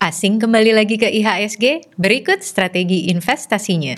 Asing kembali lagi ke IHSG, berikut strategi investasinya.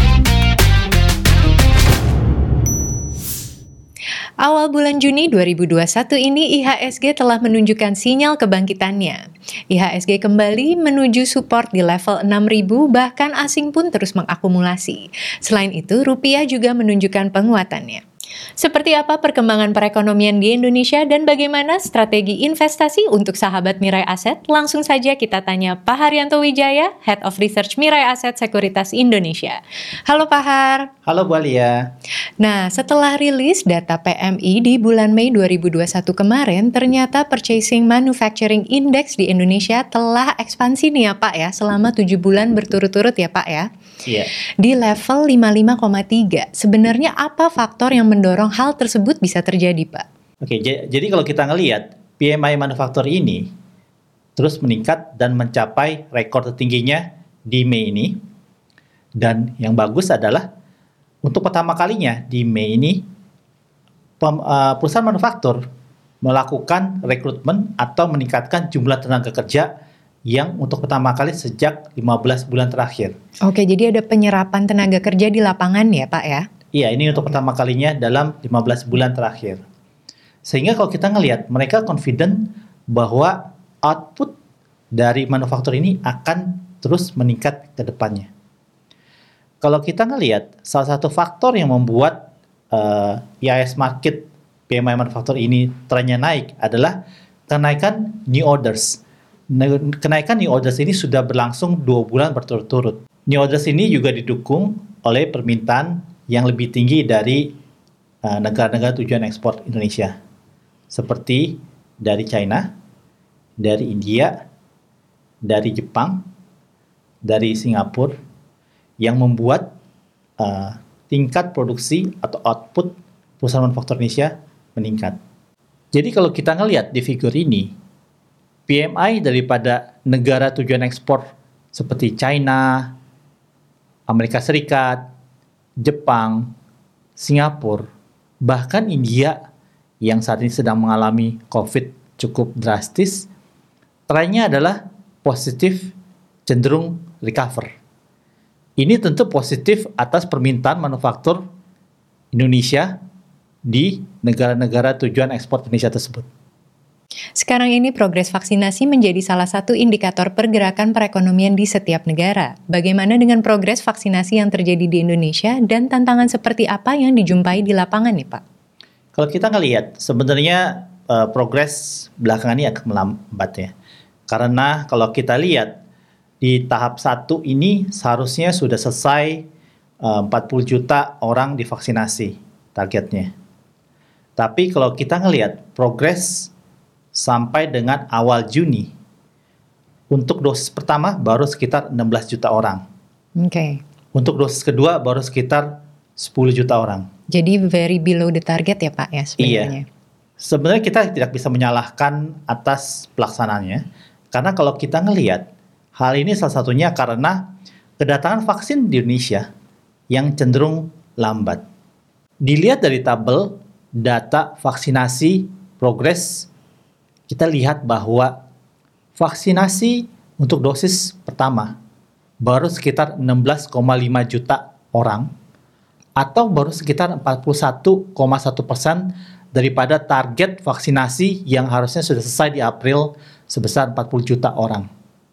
Awal bulan Juni 2021 ini IHSG telah menunjukkan sinyal kebangkitannya. IHSG kembali menuju support di level 6.000, bahkan asing pun terus mengakumulasi. Selain itu, rupiah juga menunjukkan penguatannya. Seperti apa perkembangan perekonomian di Indonesia dan bagaimana strategi investasi untuk sahabat Mirai Aset? Langsung saja kita tanya Pak Haryanto Wijaya, Head of Research Mirai Aset Sekuritas Indonesia. Halo Pak Har. Halo Bu Alia. Nah, setelah rilis data PMI di bulan Mei 2021 kemarin, ternyata Purchasing Manufacturing Index di Indonesia telah ekspansi nih ya Pak ya, selama 7 bulan berturut-turut ya Pak ya. Iya. Di level 55,3. Sebenarnya apa faktor yang mendorong hal tersebut bisa terjadi, Pak? Oke, jadi kalau kita ngelihat PMI manufaktur ini terus meningkat dan mencapai rekor tertingginya di Mei ini. Dan yang bagus adalah untuk pertama kalinya di Mei ini perusahaan manufaktur melakukan rekrutmen atau meningkatkan jumlah tenaga kerja yang untuk pertama kali sejak 15 bulan terakhir. Oke, jadi ada penyerapan tenaga kerja di lapangan ya, Pak ya? Iya, ini untuk pertama kalinya dalam 15 bulan terakhir. Sehingga kalau kita ngelihat, mereka confident bahwa output dari manufaktur ini akan terus meningkat ke depannya. Kalau kita ngelihat, salah satu faktor yang membuat IHS Markit PMI manufaktur ini trennya naik adalah kenaikan new orders. Kenaikan new orders ini sudah berlangsung 2 bulan berturut-turut. New orders ini juga didukung oleh permintaan yang lebih tinggi dari negara-negara tujuan ekspor Indonesia. Seperti dari China, dari India, dari Jepang, dari Singapura, yang membuat tingkat produksi atau output perusahaan manufaktur Indonesia meningkat. Jadi kalau kita ngelihat di figur ini, PMI daripada negara tujuan ekspor seperti China, Amerika Serikat, Jepang, Singapura, bahkan India yang saat ini sedang mengalami COVID cukup drastis, trennya adalah positif, cenderung recover. Ini tentu positif atas permintaan manufaktur Indonesia di negara-negara tujuan ekspor Indonesia tersebut. Sekarang ini progres vaksinasi menjadi salah satu indikator pergerakan perekonomian di setiap negara. Bagaimana dengan progres vaksinasi yang terjadi di Indonesia dan tantangan seperti apa yang dijumpai di lapangan nih Pak? Kalau kita ngelihat, sebenarnya progres belakangan ini agak melambat ya. Karena kalau kita lihat di tahap 1 ini seharusnya sudah selesai 40 juta orang divaksinasi targetnya. Tapi kalau kita ngelihat progres sampai dengan awal Juni, untuk dosis pertama baru sekitar 16 juta orang. Oke. Untuk dosis kedua baru sekitar 10 juta orang. Jadi very below the target ya Pak ya sebenarnya. Iya. Sebenarnya kita tidak bisa menyalahkan atas pelaksanaannya, karena kalau kita ngelihat, hal ini salah satunya karena kedatangan vaksin di Indonesia yang cenderung lambat. Dilihat dari tabel data vaksinasi progres, kita lihat bahwa vaksinasi untuk dosis pertama baru sekitar 16,5 juta orang atau baru sekitar 41,1% daripada target vaksinasi yang harusnya sudah selesai di April sebesar 40 juta orang.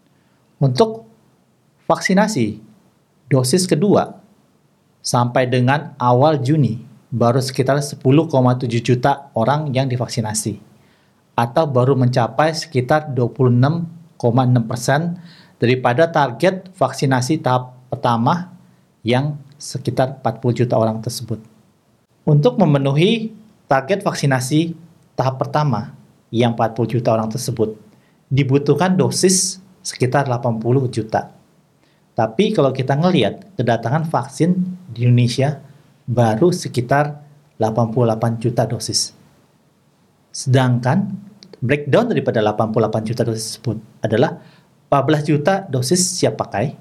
Untuk vaksinasi dosis kedua sampai dengan awal Juni baru sekitar 10,7 juta orang yang divaksinasi, atau baru mencapai sekitar 26,6% daripada target vaksinasi tahap pertama yang sekitar 40 juta orang tersebut. Untuk memenuhi target vaksinasi tahap pertama yang 40 juta orang tersebut, dibutuhkan dosis sekitar 80 juta. Tapi kalau kita ngelihat kedatangan vaksin di Indonesia baru sekitar 88 juta dosis. Sedangkan breakdown daripada 88 juta dosis tersebut adalah 14 juta dosis siap pakai,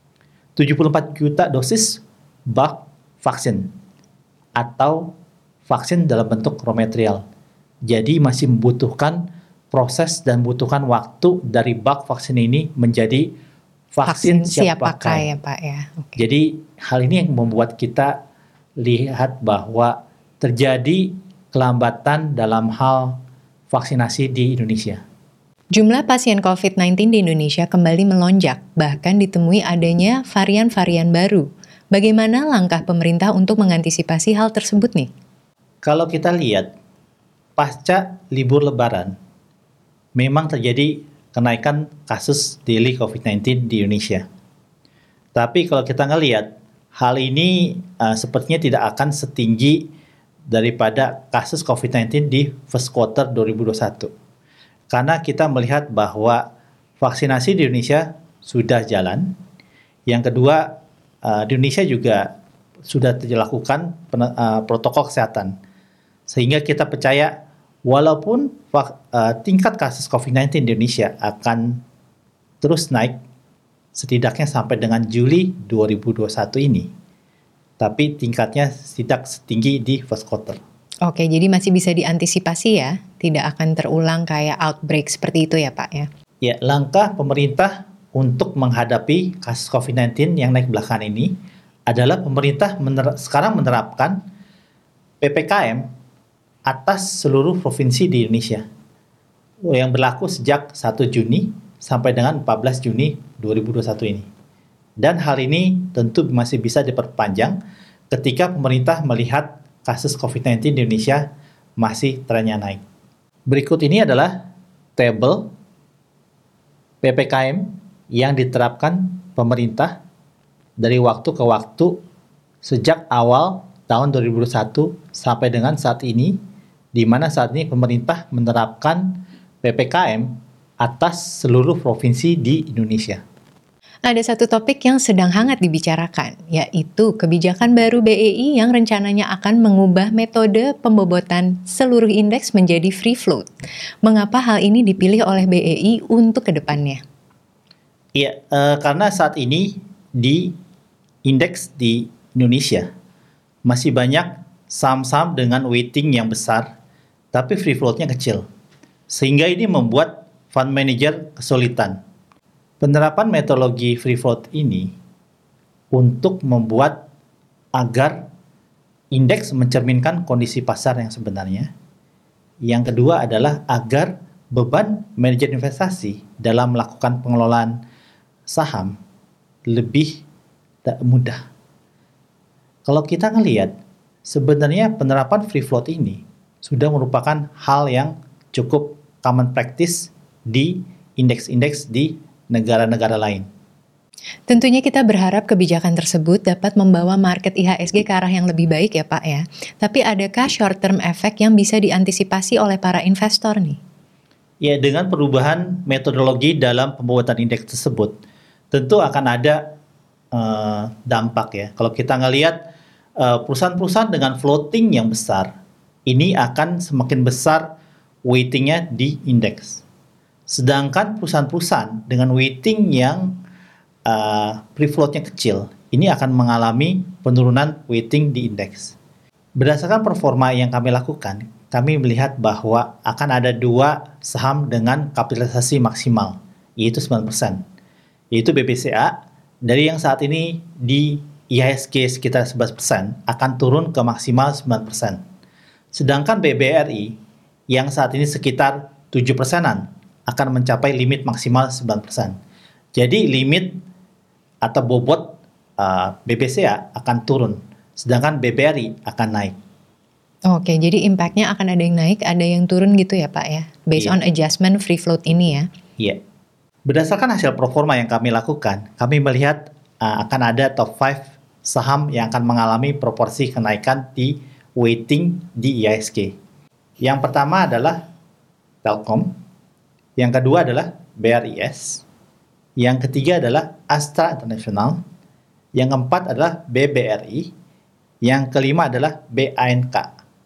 74 juta dosis bulk vaksin atau vaksin dalam bentuk raw material. Jadi masih membutuhkan proses dan butuhkan waktu dari bak vaksin ini menjadi vaksin siap pakai ya Pak ya. Oke. Jadi hal ini yang membuat kita lihat bahwa terjadi kelambatan dalam hal vaksinasi di Indonesia. Jumlah pasien COVID-19 di Indonesia kembali melonjak, bahkan ditemui adanya varian-varian baru. Bagaimana langkah pemerintah untuk mengantisipasi hal tersebut nih? Kalau kita lihat, pasca libur Lebaran, memang terjadi kenaikan kasus daily COVID-19 di Indonesia. Tapi kalau kita ngelihat, hal ini sepertinya tidak akan setinggi daripada kasus COVID-19 di first quarter 2021. Karena kita melihat bahwa vaksinasi di Indonesia sudah jalan. Yang kedua, di Indonesia juga sudah dilakukan protokol kesehatan. Sehingga kita percaya walaupun tingkat kasus COVID-19 di Indonesia akan terus naik setidaknya sampai dengan Juli 2021 ini, tapi tingkatnya tidak setinggi di first quarter. Oke, jadi masih bisa diantisipasi ya? Tidak akan terulang kayak outbreak seperti itu ya Pak ya? Ya, langkah pemerintah untuk menghadapi kasus COVID-19 yang naik belakangan ini adalah pemerintah sekarang menerapkan PPKM atas seluruh provinsi di Indonesia yang berlaku sejak 1 Juni sampai dengan 14 Juni 2021 ini. Dan hal ini tentu masih bisa diperpanjang ketika pemerintah melihat kasus COVID-19 di Indonesia masih trennya naik. Berikut ini adalah tabel PPKM yang diterapkan pemerintah dari waktu ke waktu sejak awal tahun 2021 sampai dengan saat ini, di mana saat ini pemerintah menerapkan PPKM atas seluruh provinsi di Indonesia. Ada satu topik yang sedang hangat dibicarakan, yaitu kebijakan baru BEI yang rencananya akan mengubah metode pembobotan seluruh indeks menjadi free float. Mengapa hal ini dipilih oleh BEI untuk kedepannya? Iya, karena saat ini di indeks di Indonesia masih banyak saham-saham dengan weighting yang besar, tapi free float-nya kecil. Sehingga ini membuat fund manager kesulitan. Penerapan metodologi free float ini untuk membuat agar indeks mencerminkan kondisi pasar yang sebenarnya. Yang kedua adalah agar beban manajer investasi dalam melakukan pengelolaan saham lebih mudah. Kalau kita ngelihat, sebenarnya penerapan free float ini sudah merupakan hal yang cukup common practice di indeks-indeks di negara-negara lain. Tentunya kita berharap kebijakan tersebut dapat membawa market IHSG ke arah yang lebih baik ya Pak ya. Tapi adakah short term effect yang bisa diantisipasi oleh para investor nih? Ya, dengan perubahan metodologi dalam pembuatan indeks tersebut, tentu akan ada dampak ya. Kalau kita ngelihat perusahaan-perusahaan dengan floating yang besar, ini akan semakin besar weightingnya di indeks. Sedangkan perusahaan-perusahaan dengan weighting yang free float-nya kecil, ini akan mengalami penurunan weighting di indeks. Berdasarkan performa yang kami lakukan, kami melihat bahwa akan ada 2 saham dengan kapitalisasi maksimal, yaitu 9%, yaitu BBCA, dari yang saat ini di IHSG sekitar 11%, akan turun ke maksimal 9%. Sedangkan BBRI, yang saat ini sekitar 7%-an, akan mencapai limit maksimal 9%. Jadi limit atau bobot BBCA akan turun, sedangkan BBRI akan naik. Oke, jadi impact-nya akan ada yang naik, ada yang turun gitu ya Pak ya? Based on adjustment free float ini ya? Iya. Berdasarkan hasil proforma yang kami lakukan, kami melihat akan ada top 5 saham yang akan mengalami proporsi kenaikan di weighting di IHSG. Yang pertama adalah Telkom, yang kedua adalah BRIS, yang ketiga adalah Astra International, yang keempat adalah BBRI, yang kelima adalah BANK.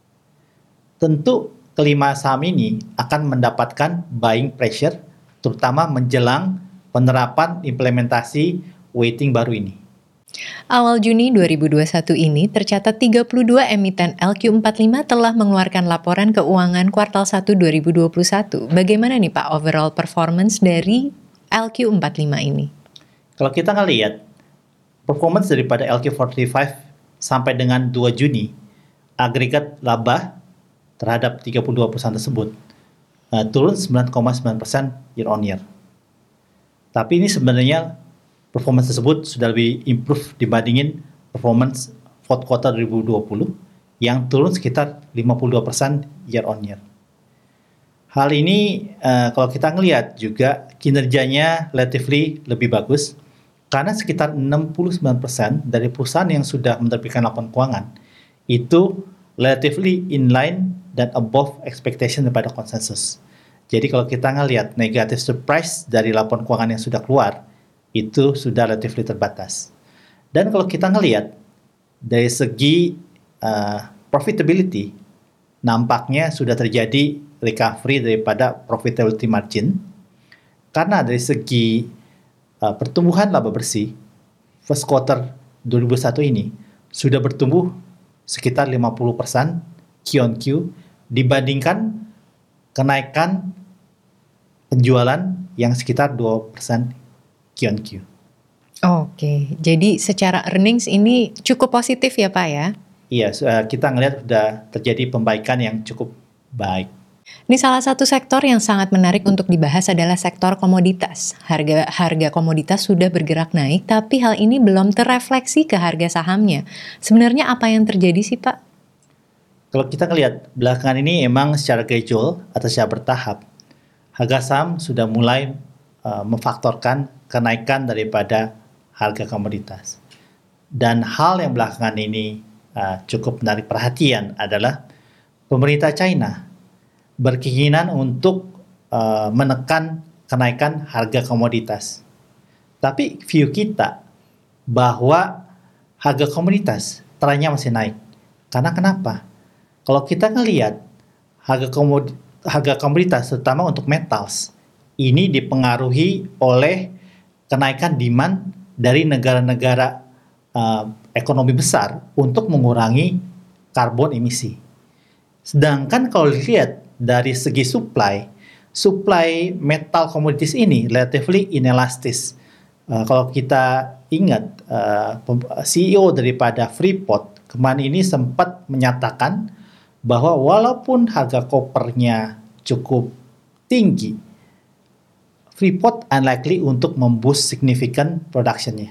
Tentu kelima saham ini akan mendapatkan buying pressure, terutama menjelang penerapan implementasi weighting baru ini. Awal Juni 2021 ini tercatat 32 emiten LQ45 telah mengeluarkan laporan keuangan kuartal 1 2021. Bagaimana nih Pak overall performance dari LQ45 ini? Kalau kita ngelihat performance daripada LQ45 sampai dengan 2 Juni, agregat laba terhadap 32 perusahaan tersebut turun 9,9% year on year. Tapi ini sebenarnya performance tersebut sudah lebih improve dibandingin performance fourth quarter 2020 yang turun sekitar 52% year on year. Hal ini kalau kita ngelihat juga kinerjanya relatively lebih bagus karena sekitar 69% dari perusahaan yang sudah menerbitkan laporan keuangan itu relatively inline dan above expectation daripada konsensus. Jadi kalau kita ngelihat negative surprise dari laporan keuangan yang sudah keluar, itu sudah relatively terbatas. Dan kalau kita ngelihat dari segi profitability, nampaknya sudah terjadi recovery daripada profitability margin, karena dari segi pertumbuhan laba bersih, first quarter 2021 ini sudah bertumbuh sekitar 50% Q-on-Q dibandingkan kenaikan penjualan yang sekitar 2% Q-on-Q. Oke, jadi secara earnings ini cukup positif ya Pak ya? Iya, kita ngelihat sudah terjadi pembaikan yang cukup baik. Ini salah satu sektor yang sangat menarik untuk dibahas adalah sektor komoditas. Harga komoditas sudah bergerak naik, tapi hal ini belum terrefleksi ke harga sahamnya. Sebenarnya apa yang terjadi sih Pak? Kalau kita ngelihat belakangan ini emang secara gradual atau secara bertahap, harga saham sudah mulai memfaktorkan kenaikan daripada harga komoditas. Dan hal yang belakangan ini cukup menarik perhatian adalah pemerintah China berkeinginan untuk menekan kenaikan harga komoditas. Tapi view kita bahwa harga komoditas trennya masih naik. Karena kenapa? Kalau kita ngelihat harga komoditas terutama untuk metals ini dipengaruhi oleh kenaikan demand dari negara-negara ekonomi besar untuk mengurangi karbon emisi. Sedangkan kalau dilihat dari segi supply metal commodities ini relatively inelastis. Kalau kita ingat CEO daripada Freeport kemarin ini sempat menyatakan bahwa walaupun harga kopernya cukup tinggi, Freeport unlikely untuk memboost significant production-nya.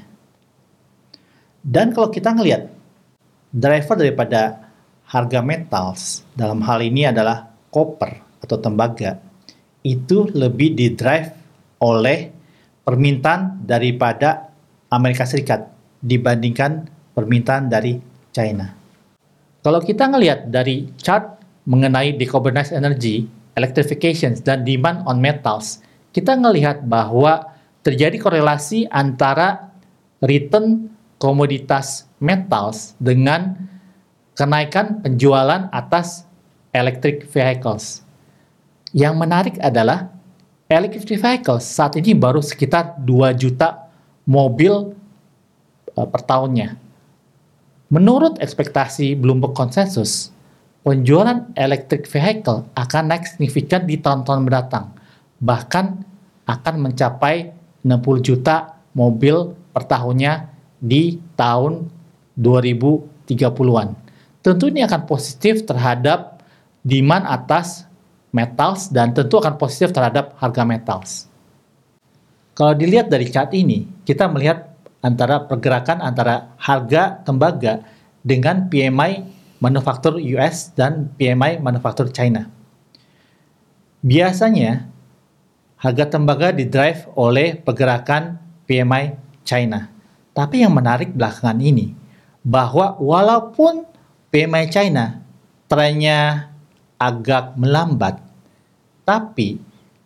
Dan kalau kita ngelihat driver daripada harga metals dalam hal ini adalah koper atau tembaga, itu lebih didrive oleh permintaan daripada Amerika Serikat dibandingkan permintaan dari China. Kalau kita ngelihat dari chart mengenai decarbonized energy, electrification, dan demand on metals, kita ngelihat bahwa terjadi korelasi antara return komoditas metals dengan kenaikan penjualan atas electric vehicles. Yang menarik adalah electric vehicles saat ini baru sekitar 2 juta mobil per tahunnya. Menurut ekspektasi Bloomberg Consensus, penjualan electric vehicle akan naik signifikan di tahun-tahun mendatang. Bahkan akan mencapai 60 juta mobil per tahunnya di tahun 2030-an. Tentu ini akan positif terhadap demand atas metals dan tentu akan positif terhadap harga metals. Kalau dilihat dari chart ini, kita melihat pergerakan antara harga tembaga dengan PMI manufaktur US dan PMI manufaktur China. Biasanya harga tembaga didrive oleh pergerakan PMI China. Tapi yang menarik belakangan ini, bahwa walaupun PMI China trennya agak melambat, tapi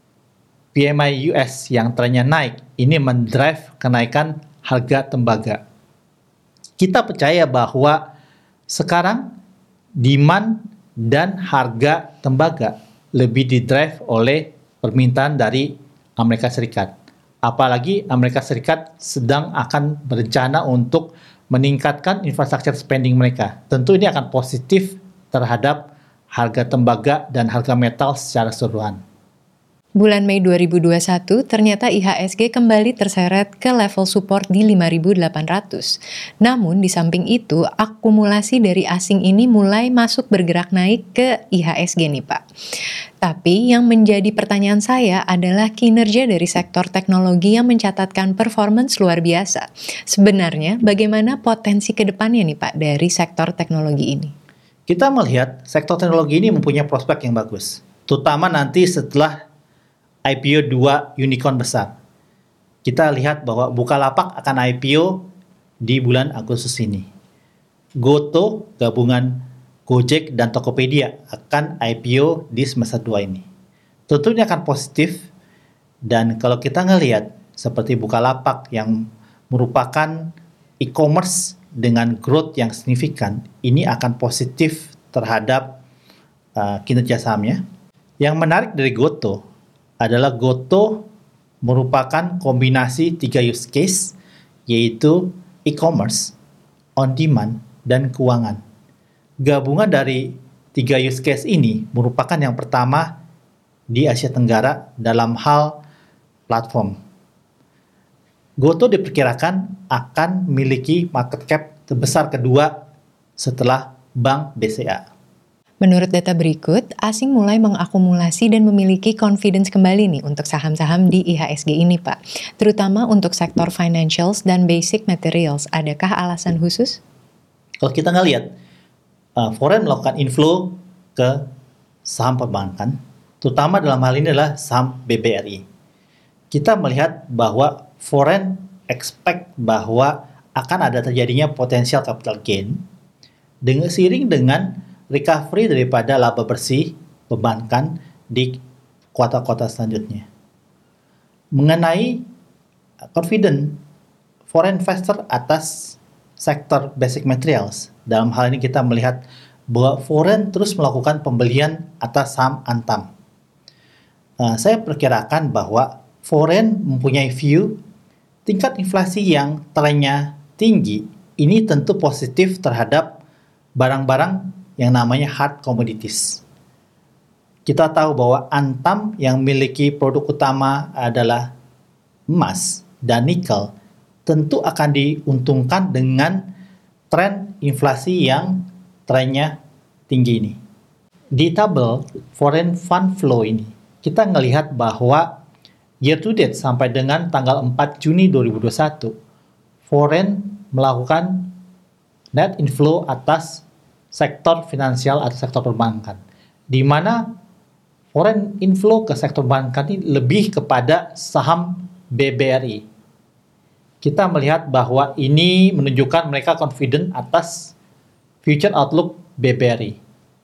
PMI US yang trennya naik, ini mendrive kenaikan harga tembaga. Kita percaya bahwa sekarang demand dan harga tembaga lebih didrive oleh permintaan dari Amerika Serikat. Apalagi Amerika Serikat sedang akan berencana untuk meningkatkan infrastruktur spending mereka. Tentu ini akan positif terhadap harga tembaga dan harga metal secara keseluruhan. Bulan Mei 2021, ternyata IHSG kembali terseret ke level support di 5.800. Namun di samping itu, akumulasi dari asing ini mulai masuk bergerak naik ke IHSG nih Pak. Tapi yang menjadi pertanyaan saya adalah kinerja dari sektor teknologi yang mencatatkan performance luar biasa. Sebenarnya bagaimana potensi ke depannya nih Pak dari sektor teknologi ini? Kita melihat sektor teknologi ini mempunyai prospek yang bagus, terutama nanti setelah IPO 2 unicorn besar. Kita lihat bahwa Bukalapak akan IPO di bulan Agustus ini. Goto, gabungan Gojek dan Tokopedia akan IPO di semester 2 ini. Tentunya akan positif, dan kalau kita ngelihat seperti Bukalapak yang merupakan e-commerce dengan growth yang signifikan, ini akan positif terhadap kinerja sahamnya. Yang menarik dari Goto adalah Goto merupakan kombinasi 3 use case, yaitu e-commerce, on-demand, dan keuangan. Gabungan dari 3 use case ini merupakan yang pertama di Asia Tenggara dalam hal platform. Goto diperkirakan akan memiliki market cap terbesar kedua setelah Bank BCA. Menurut data berikut, asing mulai mengakumulasi dan memiliki confidence kembali nih untuk saham-saham di IHSG ini Pak. Terutama untuk sektor financials dan basic materials. Adakah alasan khusus? Kalau kita ngelihat, foreign melakukan inflow ke saham perbankan, terutama dalam hal ini adalah saham BBRI. Kita melihat bahwa foreign expect bahwa akan ada terjadinya potensial capital gain seiring dengan recovery daripada laba bersih perbankan di kuartal-kuartal selanjutnya. Mengenai confident foreign investor atas sektor basic materials, dalam hal ini kita melihat bahwa foreign terus melakukan pembelian atas saham Antam. Saya perkirakan bahwa foreign mempunyai view tingkat inflasi yang trennya tinggi, ini tentu positif terhadap barang-barang yang namanya hard commodities. Kita tahu bahwa Antam yang memiliki produk utama adalah emas dan nikel, tentu akan diuntungkan dengan tren inflasi yang trennya tinggi ini. Di tabel foreign fund flow ini, kita melihat bahwa year to date sampai dengan tanggal 4 Juni 2021, foreign melakukan net inflow atas sektor finansial atau sektor perbankan, di mana foreign inflow ke sektor perbankan ini lebih kepada saham BBRI. Kita melihat bahwa ini menunjukkan mereka confident atas future outlook BBRI.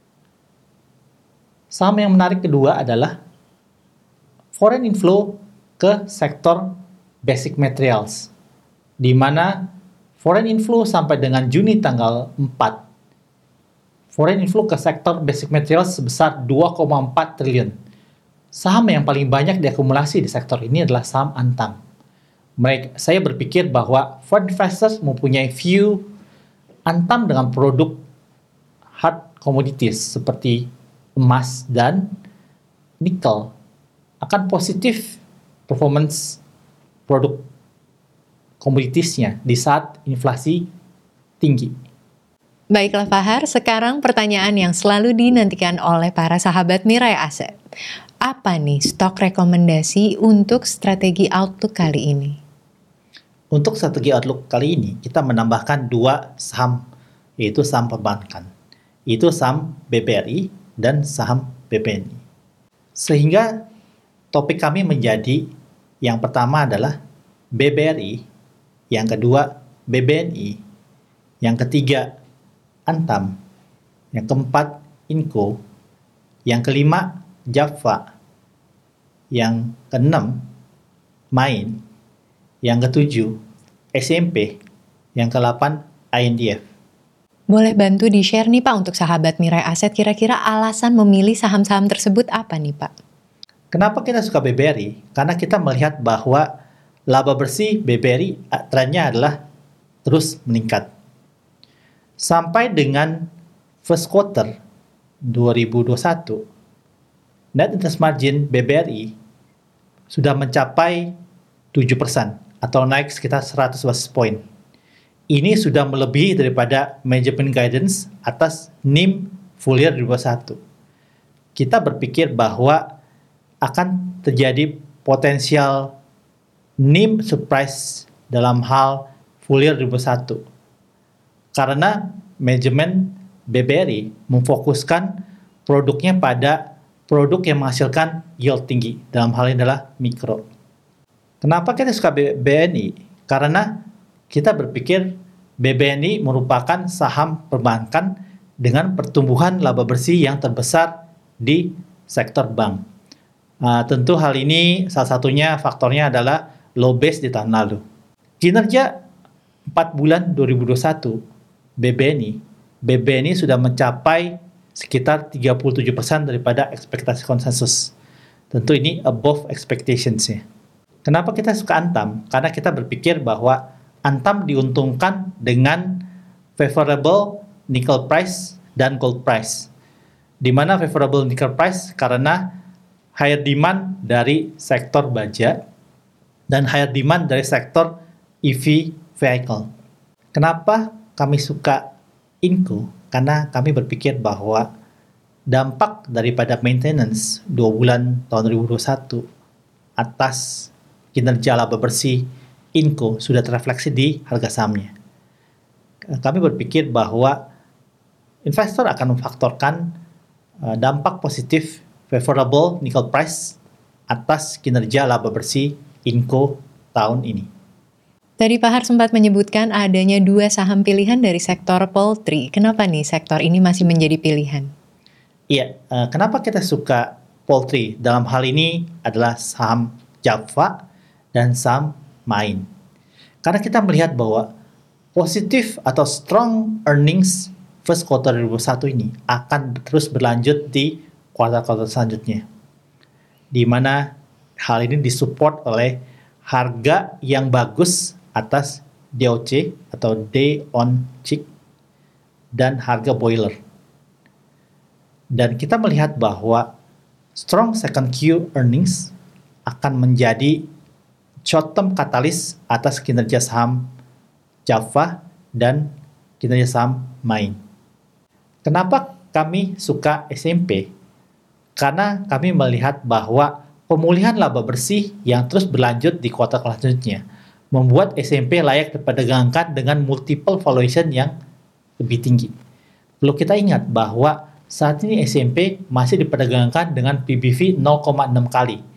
Saham yang menarik kedua adalah foreign inflow ke sektor basic materials, di mana foreign inflow sampai dengan Juni tanggal 4, foreign inflow ke sektor basic materials sebesar 2,4 triliun. Saham yang paling banyak diakumulasi di sektor ini adalah saham Antam. Saya berpikir bahwa foreign investors mempunyai view Antam dengan produk hard commodities seperti emas dan nikel akan positif performance produk komoditiesnya di saat inflasi tinggi. Baiklah Fahar, sekarang pertanyaan yang selalu dinantikan oleh para sahabat Mirai Aset. Apa nih stok rekomendasi untuk strategi outlook kali ini? Untuk strategi outlook kali ini, kita menambahkan 2 saham, yaitu saham perbankan, yaitu saham BBRI dan saham BBNI. Sehingga topik kami menjadi yang pertama adalah BBRI, yang kedua BBNI, yang ketiga Antam, yang keempat Inco, yang kelima Java, yang keenam Main, yang ketujuh SMP, yang ke-8 INDF. Boleh bantu di-share nih Pak untuk sahabat Mirai Aset, kira-kira alasan memilih saham-saham tersebut apa nih Pak? Kenapa kita suka BBRI? Karena kita melihat bahwa laba bersih BBRI trennya adalah terus meningkat. Sampai dengan first quarter 2021, net interest margin BBRI sudah mencapai 7% atau naik sekitar 100 basis point. Ini sudah melebihi daripada management guidance atas NIM full year 2021. Kita berpikir bahwa akan terjadi potensial NIM surprise dalam hal full year 2021. Karena manajemen BBRI memfokuskan produknya pada produk yang menghasilkan yield tinggi. Dalam hal ini adalah mikro. Kenapa kita suka BBNI? Karena kita berpikir BBNI merupakan saham perbankan dengan pertumbuhan laba bersih yang terbesar di sektor bank. Tentu hal ini salah satunya faktornya adalah low base di tahun lalu. Kinerja 4 bulan 2021 BBNI sudah mencapai sekitar 37% daripada ekspektasi konsensus. Tentu ini above expectations ya. Kenapa kita suka Antam? Karena kita berpikir bahwa Antam diuntungkan dengan favorable nickel price dan gold price. Di mana favorable nickel price karena higher demand dari sektor baja dan higher demand dari sektor EV vehicle. Kenapa kami suka Inco? Karena kami berpikir bahwa dampak daripada maintenance 2 bulan tahun 2021 atas kinerja laba bersih Inco sudah terrefleksi di harga sahamnya. Kami berpikir bahwa investor akan memfaktorkan dampak positif favorable nickel price atas kinerja laba bersih Inco tahun ini. Tadi Pak Har sempat menyebutkan adanya 2 saham pilihan dari sektor poultry. Kenapa nih sektor ini masih menjadi pilihan? Iya, kenapa kita suka poultry? Dalam hal ini adalah saham Java dan saham Main. Karena kita melihat bahwa positif atau strong earnings first quarter 2021 ini akan terus berlanjut di kuartal-kuartal selanjutnya. Di mana hal ini disupport oleh harga yang bagus atas DOC atau Day on Chick dan harga boiler. Dan kita melihat bahwa strong second Q earnings akan menjadi short term katalis atas kinerja saham Java dan kinerja saham Main. Kenapa kami suka SMP? Karena kami melihat bahwa pemulihan laba bersih yang terus berlanjut di kuartal selanjutnya membuat SMP layak diperdagangkan dengan multiple valuation yang lebih tinggi. Perlu kita ingat bahwa saat ini SMP masih diperdagangkan dengan PBV 0,6 kali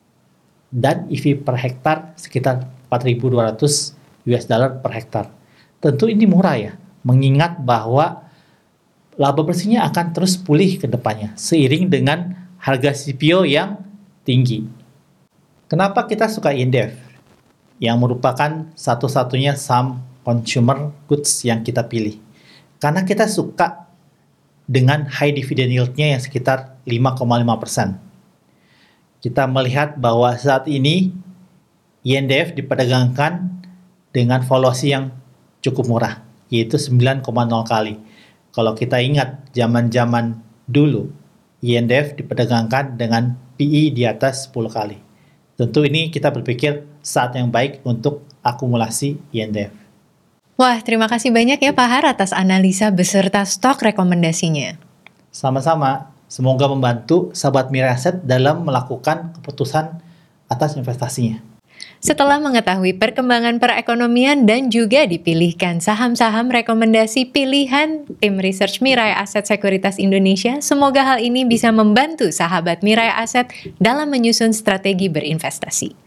dan EV per hektar sekitar 4.200 US dollar per hektar. Tentu ini murah ya, mengingat bahwa laba bersihnya akan terus pulih ke depannya seiring dengan harga CPO yang tinggi. Kenapa kita suka INDF? Yang merupakan satu-satunya saham consumer goods yang kita pilih. Karena kita suka dengan high dividend yield-nya yang sekitar 5,5%. Kita melihat bahwa saat ini INDF diperdagangkan dengan valuasi yang cukup murah, yaitu 9,0 kali. Kalau kita ingat zaman-zaman dulu, INDF diperdagangkan dengan PE di atas 10 kali. Tentu ini kita berpikir saat yang baik untuk akumulasi INDF. Wah, terima kasih banyak ya Pak Har atas analisa beserta stok rekomendasinya. Sama-sama, semoga membantu sahabat Mirai Aset dalam melakukan keputusan atas investasinya. Setelah mengetahui perkembangan perekonomian dan juga dipilihkan saham-saham rekomendasi pilihan tim research Mirai Aset Sekuritas Indonesia, semoga hal ini bisa membantu sahabat Mirai Aset dalam menyusun strategi berinvestasi.